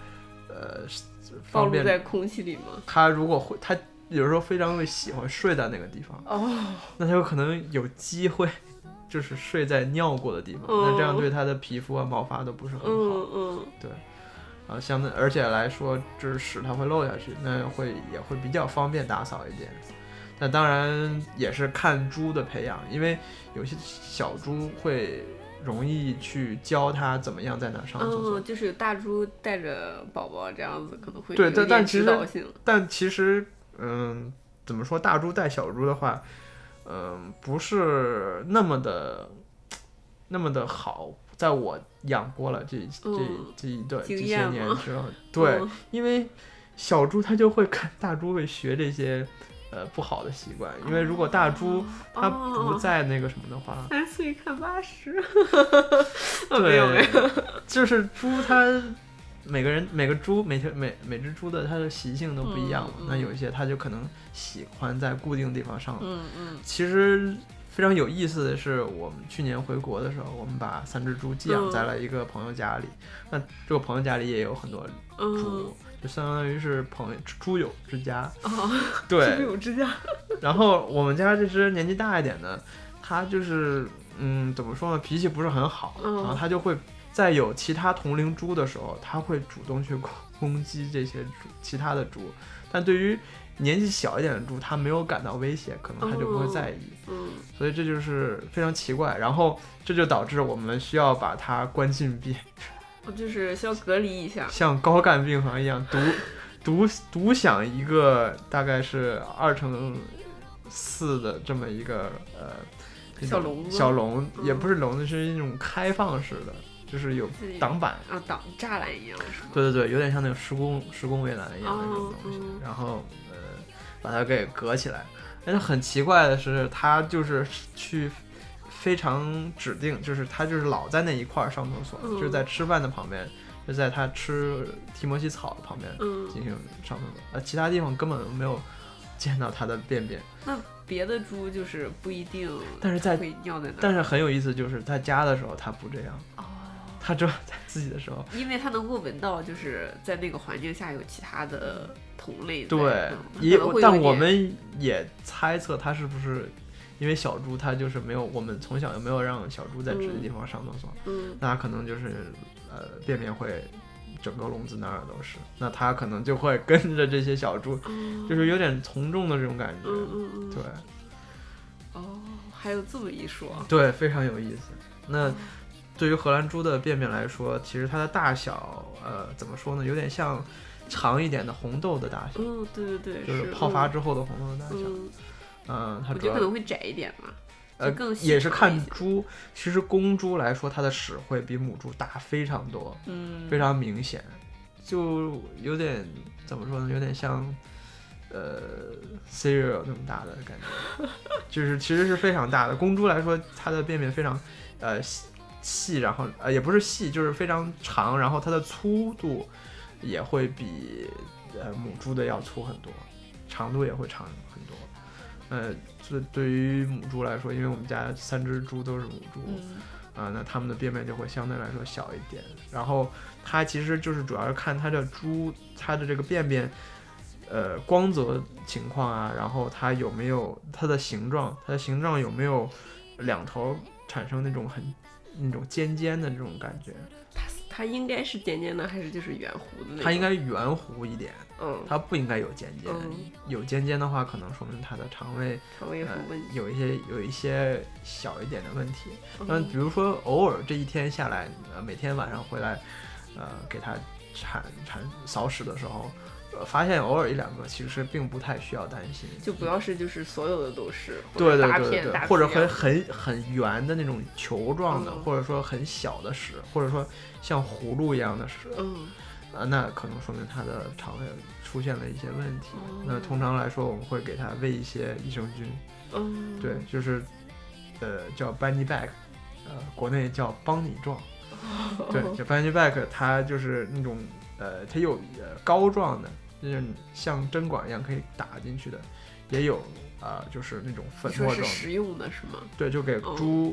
呃暴方便露在空气里吗？ 它如果会，它有时候非常会喜欢睡在那个地方， 哦， 那它有可能有机会就是睡在尿过的地方， 嗯、 那这样对它的皮肤啊毛发都不是很好。 嗯嗯， 对。啊，相对而且来说，就是屎它会漏下去，那会也会比较方便打扫一点。那当然也是看猪的培养，因为有些小猪会容易去教它怎么样在哪上厕所。 嗯，就是有大猪带着宝宝这样子，可能会对， 有点但其指导性。 实但其实，嗯，怎么说，大猪带小猪的话，嗯，不是那么的那么的好。在我养过了这这、嗯、这一段这些年之后，对、嗯，因为小猪它就会看大猪会学这些呃不好的习惯，因为如果大猪它不在那个什么的话， 三岁看八十， 对， 没有没有， 就是猪它每个人每个猪每条每每只猪的它的习性都不一样嘛，嗯、那有一些它就可能喜欢在固定地方上， 嗯嗯， 其实。非常有意思的是，我们去年回国的时候，我们把三只猪寄养在了一个朋友家里。嗯、那这个朋友家里也有很多猪，嗯、就相当于是朋友猪友之家。 哦， 对， 猪友之家。 然后我们家这只年纪大一点的，它就是嗯，怎么说呢，脾气不是很好， 嗯、 然后它就会在有其他同龄猪的时候，它会主动去攻击这些猪其他的猪，但对于年纪小一点的猪，它没有感到威胁，可能它就不会在意。 嗯， 所以这就是非常奇怪。然后这就导致我们需要把它关禁闭， 就是需要隔离一下， 像高干病房一样，独独独享一个大概是二乘四的这么一个呃小笼子， 小笼、 嗯、 也不是笼子，是一种开放式的。就是有挡板啊，挡栅栏一样是吗？ 对对对，有点像那种施工施工围栏一样的那种东西， 哦嗯、 然后呃把它给隔起来。但是很奇怪的是，它就是去非常指定，就是它就是老在那一块上厕所， 嗯、 就是在吃饭的旁边，就在它吃提莫西草的旁边进行上厕所，呃、嗯，其他地方根本没有见到它的便便。 那别的猪就是不一定， 但是在会尿在那， 但是很有意思，就是在家的时候它不这样。 哦。 它只有在自己的时候， 因为它能够闻到，就是在那个环境下有其他的同类在。 对， 也、 嗯、但我们也猜测它是不是因为小猪它就是没有，我们从小就没有让小猪在指定地方上厕所， 嗯， 那可能就是呃便便会整个笼子哪儿都是，那它可能就会跟着这些小猪， 嗯、 就是有点从众的这种感觉， 嗯嗯嗯， 对。 哦，还有这么一说， 对，非常有意思。那。对于荷兰猪的便便来说，其实它的大小，呃，怎么说呢，有点像长一点的红豆的大小。 嗯，对对对， 就是泡发之后的红豆的大小。 嗯， 呃、它我觉得可能会窄一点嘛， 呃， 更也是看猪。其实公猪来说，它的屎会比母猪大非常多， 嗯， 非常明显，就有点怎么说呢，有点像。呃 cereal 那么大的感觉，就是其实是非常大的。公猪来说，它的便便非常呃细，然后呃也不是细，就是非常长，然后它的粗度也会比呃母猪的要粗很多，长度也会长很多。呃，对对于母猪来说，因为我们家三只猪都是母猪，啊、 嗯呃，那它们的便便就会相对来说小一点。然后它其实就是主要是看它的猪，它的这个便便。呃，光泽情况啊，然后它有没有它的形状，它的形状有没有两头产生那种很那种尖尖的这种感觉？ 它它应该是尖尖的，还是就是圆弧的那种？ 它应该圆弧一点， 嗯， 它不应该有尖尖。 嗯、 有尖尖的话，可能说明它的肠胃肠胃有问题、 呃，有一些有一些小一点的问题。那、 嗯、 比如说偶尔这一天下来，呃，每天晚上回来，呃，给它铲铲扫屎的时候。发现偶尔一两个，其实并不太需要担心， 就不要是就是所有的都是， 对对对对对，或者很很很圆的那种球状的， 嗯、 或者说很小的屎，或者说像葫芦一样的屎， 嗯， 啊，那可能说明它的肠胃出现了一些问题。 嗯、 那通常来说，我们会给它喂一些益生菌， 嗯， 对，就是呃叫 Bunny Back， 呃，国内叫邦尼状， 哦、 对，叫 Bunny Back， 它就是那种呃，它有呃膏状的。就是像针管一样可以打进去的，也有啊、呃，就是那种粉末状的。 是食用的是吗？ 对，就给猪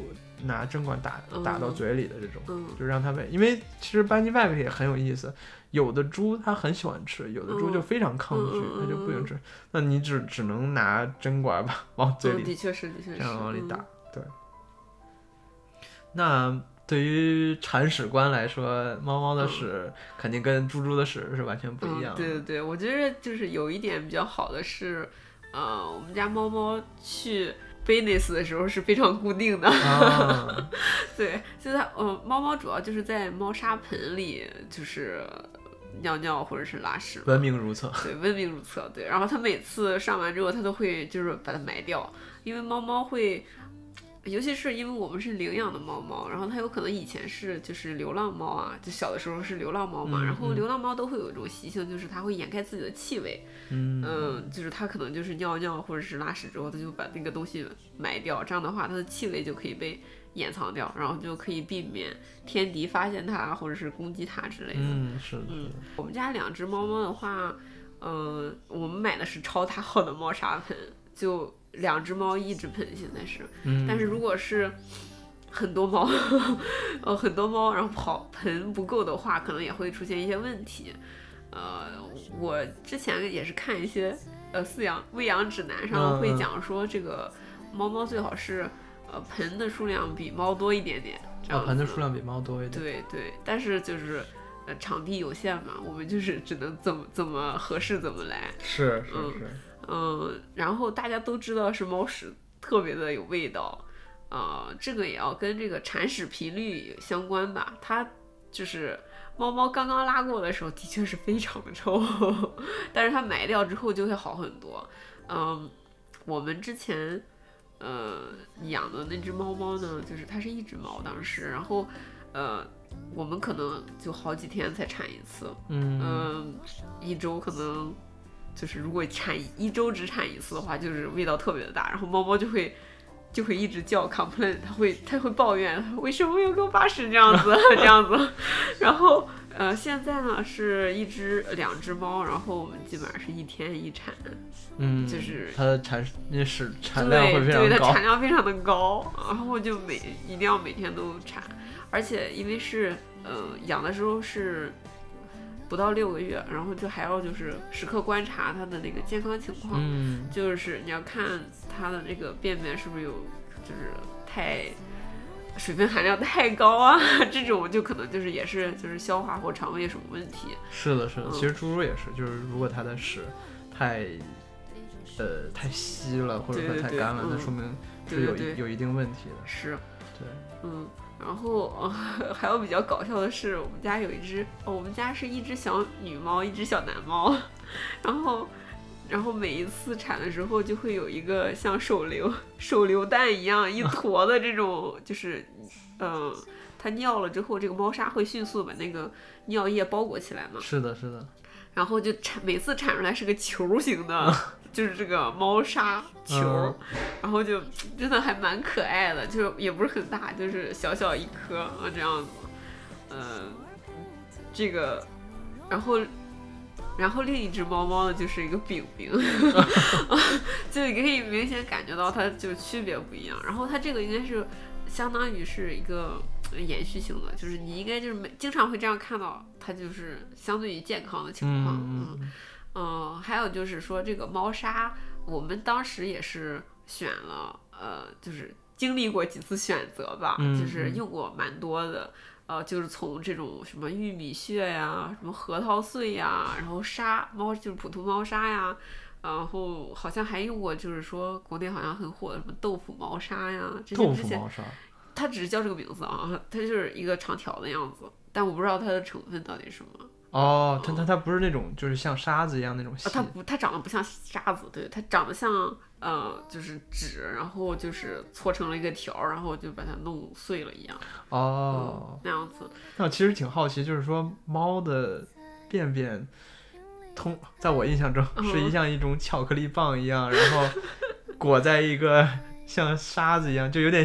拿针管打打到嘴里的这种， 嗯、 就让它喂。因为其实班尼麦克也很有意思，有的猪它很喜欢吃，有的猪就非常抗拒，它、嗯、就不能吃。那你只只能拿针管吧往嘴里， 嗯、的确是的确是， 这样往里打。嗯、对。那对于铲屎官来说，猫猫的屎肯定跟猪猪的屎是完全不一样的。 嗯、对对对，我觉得就是有一点比较好的是，呃，我们家猫猫去 business 的时候是非常固定的。 啊、 对，就它，呃，猫猫主要就是在猫砂盆里，就是尿尿或者是拉屎， 闻名如册。 对，闻名如册。对，然后它每次上完之后，它都会就是把它埋掉，因为猫猫会。尤其是因为我们是领养的猫猫，然后它有可能以前是就是流浪猫啊，就小的时候是流浪猫嘛， 嗯、 然后流浪猫都会有一种习性，就是它会掩盖自己的气味， 嗯、 呃，就是它可能就是尿尿或者是拉屎之后，它就把那个东西埋掉，这样的话它的气味就可以被掩藏掉，然后就可以避免天敌发现它或者是攻击它之类的。 嗯，是的。 嗯，我们家两只猫猫的话，呃，我们买的是超大号的猫砂盆，就。两只猫一只盆现在是、 嗯， 但是如果是很多猫，呃，很多猫，然后跑盆不够的话，可能也会出现一些问题。呃，我之前也是看一些呃饲养喂养指南上会讲说，这个猫猫最好是呃盆的数量比猫多一点点，这样子。 哦，盆的数量比猫多一点。 对对，但是就是呃场地有限嘛，我们就是只能怎么怎么合适怎么来。 是是是。嗯嗯，然后大家都知道是猫屎特别的有味道，呃，这个也要跟这个铲屎频率相关吧。它就是猫猫刚刚拉过的时候，的确是非常的臭，但是它埋掉之后就会好很多。嗯，我们之前呃养的那只猫猫呢，就是它是一只猫当时，然后呃我们可能就好几天才铲一次， 嗯、 呃，一周可能。就是如果铲一周只铲一次的话，就是味道特别的大，然后猫猫就会就会一直叫 complain， 它会它会抱怨为什么要给我把屎这样子这样子，然后呃现在呢是一只两只猫，然后我们基本上是一天一铲， 嗯， 就是它的产那屎产量会非常高， 对对，它产量非常的高，然后就每一定要每天都铲，而且因为是呃养的时候是。不到六个月，然后就还要就是时刻观察它的那个健康情况， 嗯， 就是你要看它的这个便便是不是有就是太水分含量太高啊，这种就可能就是也是就是消化或肠胃什么问题。 是的，是的， 嗯、 其实猪猪也是，就是如果它的屎太呃太稀了或者说太干了，那、嗯、说明是有对对对有一定问题的。 是， 对， 嗯。然后、呃、还有比较搞笑的是，我们家有一只、哦，我们家是一只小女猫，一只小男猫，然后，然后每一次产的时候就会有一个像手榴手榴弹一样一坨的这种，就是嗯、呃，它尿了之后，这个猫砂会迅速把那个尿液包裹起来嘛。 是的，是的。 然后就产每次产出来是个球形的。就是这个猫砂球、嗯，然后就真的还蛮可爱的，就也不是很大，就是小小一颗啊这样子，呃，这个，然后，然后另一只猫猫呢就是一个饼饼，就你可以明显感觉到它就区别不一样。然后它这个应该是相当于是一个延续性的，就是你应该就是每经常会这样看到它就是相对于健康的情况，嗯。嗯嗯，还有就是说这个猫砂，我们当时也是选了，呃，就是经历过几次选择吧， 嗯、 就是用过蛮多的，呃，就是从这种什么玉米屑呀，什么核桃碎呀，然后沙猫就是普通猫砂呀，然后好像还用过，就是说国内好像很火的什么豆腐猫砂呀，这些之前豆腐猫砂， 它只是叫这个名字啊，它就是一个长条的样子，但我不知道它的成分到底是什么。 哦，它它它不是那种就是像沙子一样那种细、 啊、它不它长得不像沙子，对，它长得像呃就是纸，然后就是搓成了一个条，然后就把它弄碎了一样。 哦、 嗯，那样子。 那我其实挺好奇，就是说猫的便便通在我印象中是一像一种巧克力棒一样，嗯、然后裹在一个像沙子一样，就有点像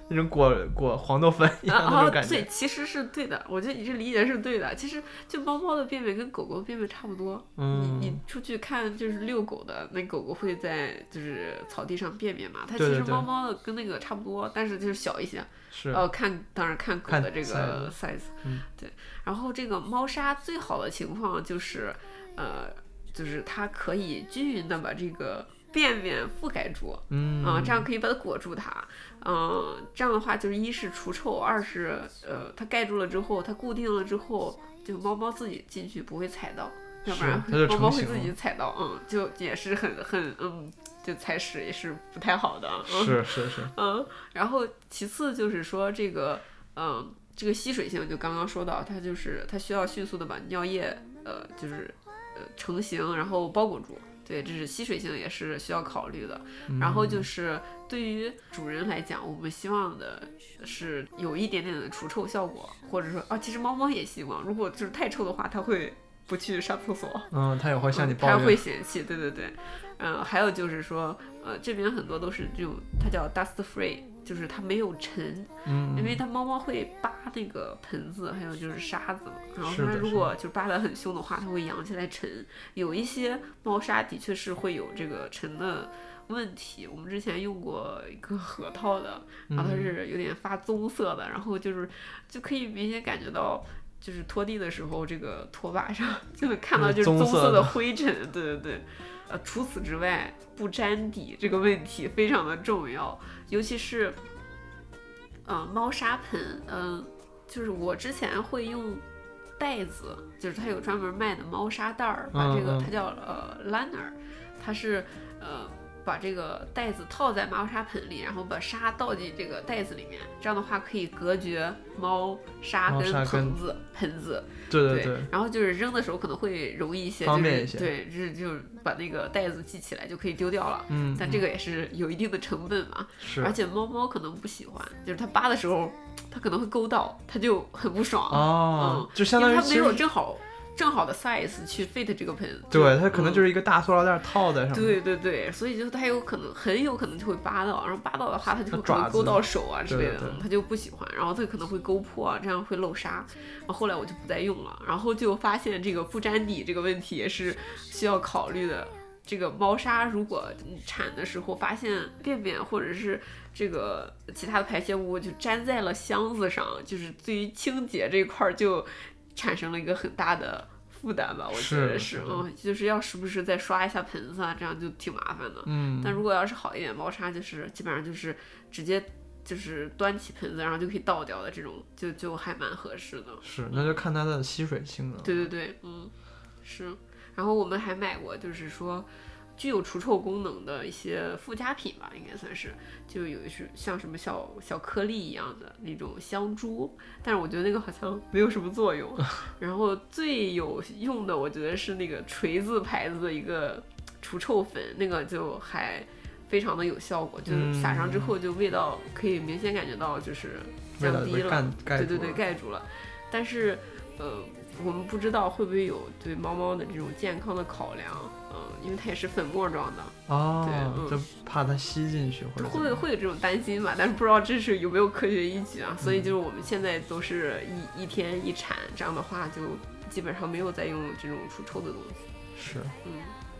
那种裹裹黄豆粉一样的那种感觉。 啊、对，其实是对的，我觉得你这理解是对的。其实就猫猫的便便跟狗狗的便便差不多。 嗯， 你你出去看就是遛狗的，那狗狗会在就是草地上便便嘛，它其实对对对猫猫的跟那个差不多，但是就是小一些。 是。 呃，看当然看狗的这个 size。 size 嗯、 对。然后这个猫砂最好的情况就是，呃，就是它可以均匀的把这个便便覆盖住， 嗯啊、这样可以把它裹住它，嗯、这样的话就是一是除臭，二是呃它盖住了之后，它固定了之后，就猫猫自己进去不会踩到，要不然猫猫会自己踩到，嗯，就也是很很嗯，就踩屎也是不太好的，嗯、 是是是， 嗯，然后其次就是说这个嗯这个吸水性，就刚刚说到，它就是它需要迅速的把尿液呃就是呃成型，然后包裹住。对，这是吸水性也是需要考虑的。然后就是对于主人来讲，我们希望的是有一点点的除臭效果，或者说啊，其实猫猫也希望，如果就是太臭的话，它会不去上厕所。 嗯，它也会向你抱怨，它会嫌弃。对对对，嗯，还有就是说，呃，这边很多都是这种，它叫 dust free。就是它没有尘， 嗯， 因为它猫猫会扒那个盆子，还有就是沙子嘛。然后它如果就扒得很凶的话，它会扬起来尘。有一些猫砂的确是会有这个尘的问题。我们之前用过一个核桃的，然后它是有点发棕色的，然后就是就可以明显感觉到，就是拖地的时候，这个拖把上就能看到就是棕色的灰尘。对对对。呃，除此之外，不沾底这个问题非常的重要，尤其是，呃，猫砂盆，嗯、呃，就是我之前会用袋子，就是它有专门卖的猫砂袋儿，把这个、嗯、它叫呃 liner， 它是呃把这个袋子套在猫砂盆里，然后把沙倒进这个袋子里面，这样的话可以隔绝猫砂跟盆子盆子。 对对对, 对，然后就是扔的时候可能会容易一些， 方便一些。 就是、对，就是就是把那个袋子系起来就可以丢掉了。 嗯， 但这个也是有一定的成本嘛。 是。 而且猫猫可能不喜欢，就是它扒的时候，它可能会勾到，它就很不爽。 哦， 嗯、 就相当于它没有正好正好的 size 去 fit 这个盆。 对，它可能就是一个大塑料袋套在上面。 嗯、对对对，所以就它有可能很有可能就会扒到，然后扒到的话，它就会可能勾到手啊之类的，它就不喜欢，然后它可能会勾破啊，这样会漏沙。然后后来我就不再用了，然后就发现这个不沾底这个问题也是需要考虑的。这个猫砂如果产的时候发现便便或者是这个其他的排泄物就粘在了箱子上，就是对于清洁这一块就产生了一个很大的负担吧，我觉得是，是嗯，就是要时不时再刷一下盆子啊，这样就挺麻烦的。 嗯， 但如果要是好一点猫砂，就是基本上就是直接就是端起盆子，然后就可以倒掉的这种，就就还蛮合适的。 是，那就看它的吸水性了。 对对对，嗯，是。然后我们还买过，就是说具有除臭功能的一些附加品吧，应该算是，就有是像什么小小颗粒一样的那种香珠，但是我觉得那个好像没有什么作用。然后最有用的，我觉得是那个锤子牌子的一个除臭粉，那个就还非常的有效果，就是撒上之后就味道可以明显感觉到就是降低了，对对对，盖住了。但是呃。我们不知道会不会有对猫猫的这种健康的考量，嗯，因为它也是粉末状的， 哦， 对，嗯、 就怕它吸进去或者会会有这种担心吧，但是不知道这是有没有科学依据啊，所以就是我们现在都是一一天一铲，这样的话就基本上没有再用这种除臭的东西。 是， 嗯，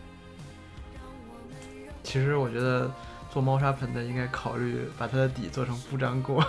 其实我觉得做猫砂盆的应该考虑把它的底做成不粘锅。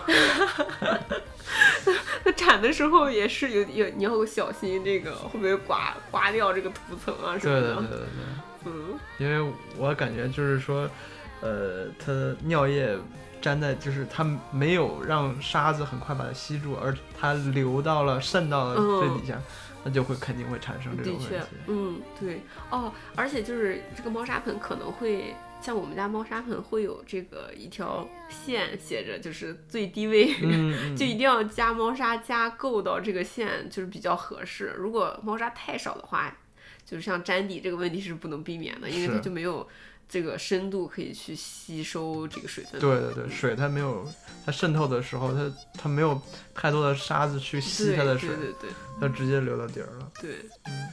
那铲的时候也是有有，你要小心这个会不会刮刮掉这个涂层啊什么的。 对对对对对， 嗯， 因为我感觉就是说，呃，它尿液粘在，就是它没有让沙子很快把它吸住，而它流到了渗到了最底下，嗯、那就会肯定会产生这种问题。 的确，嗯，对哦，而且就是这个猫砂盆可能会。像我们家猫砂盆会有这个一条线写着就是最低位， 嗯嗯、 就一定要加猫砂加够到这个线就是比较合适。如果猫砂太少的话，就是像粘底这个问题是不能避免的，因为它就没有这个深度可以去吸收这个水分。 对对对，水它没有，它渗透的时候它它没有太多的沙子去吸它的水， 对对对对， 它直接流到底儿了。 对， 嗯。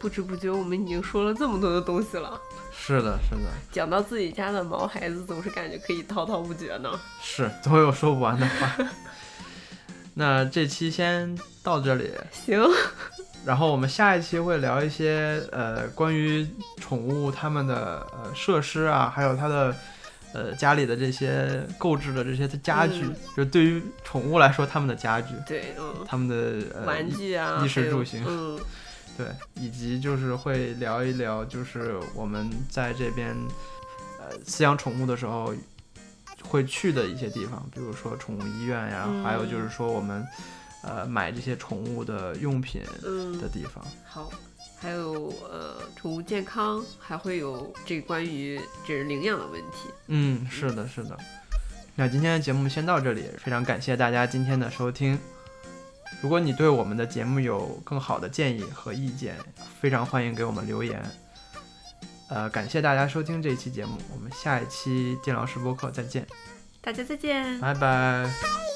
知不觉我们已经说了这么多的东西了。 是的，是的。 讲到自己家的毛孩子，总是感觉可以滔滔不绝呢。 是，总有说不完的话。那这期先到这里。 行。 然后我们下一期会聊一些呃关于宠物它们的呃设施啊，还有它的呃家里的这些购置的这些家具，嗯、就对于宠物来说它们的家具， 对，嗯， 它们的、呃、 玩具啊， 衣食住行， 嗯， 对，以及就是会聊一聊就是我们在这边呃饲养宠物的时候会去的一些地方，比如说宠物医院呀，嗯、还有就是说我们。呃，买这些宠物的用品的地方。 嗯、好，还有呃，宠物健康，还会有这关于这领养的问题。 嗯，是的，是的。那今天的节目先到这里，非常感谢大家今天的收听。如果你对我们的节目有更好的建议和意见，非常欢迎给我们留言。呃，感谢大家收听这一期节目，我们下一期电疗室播客再见。 大家再见， 拜拜。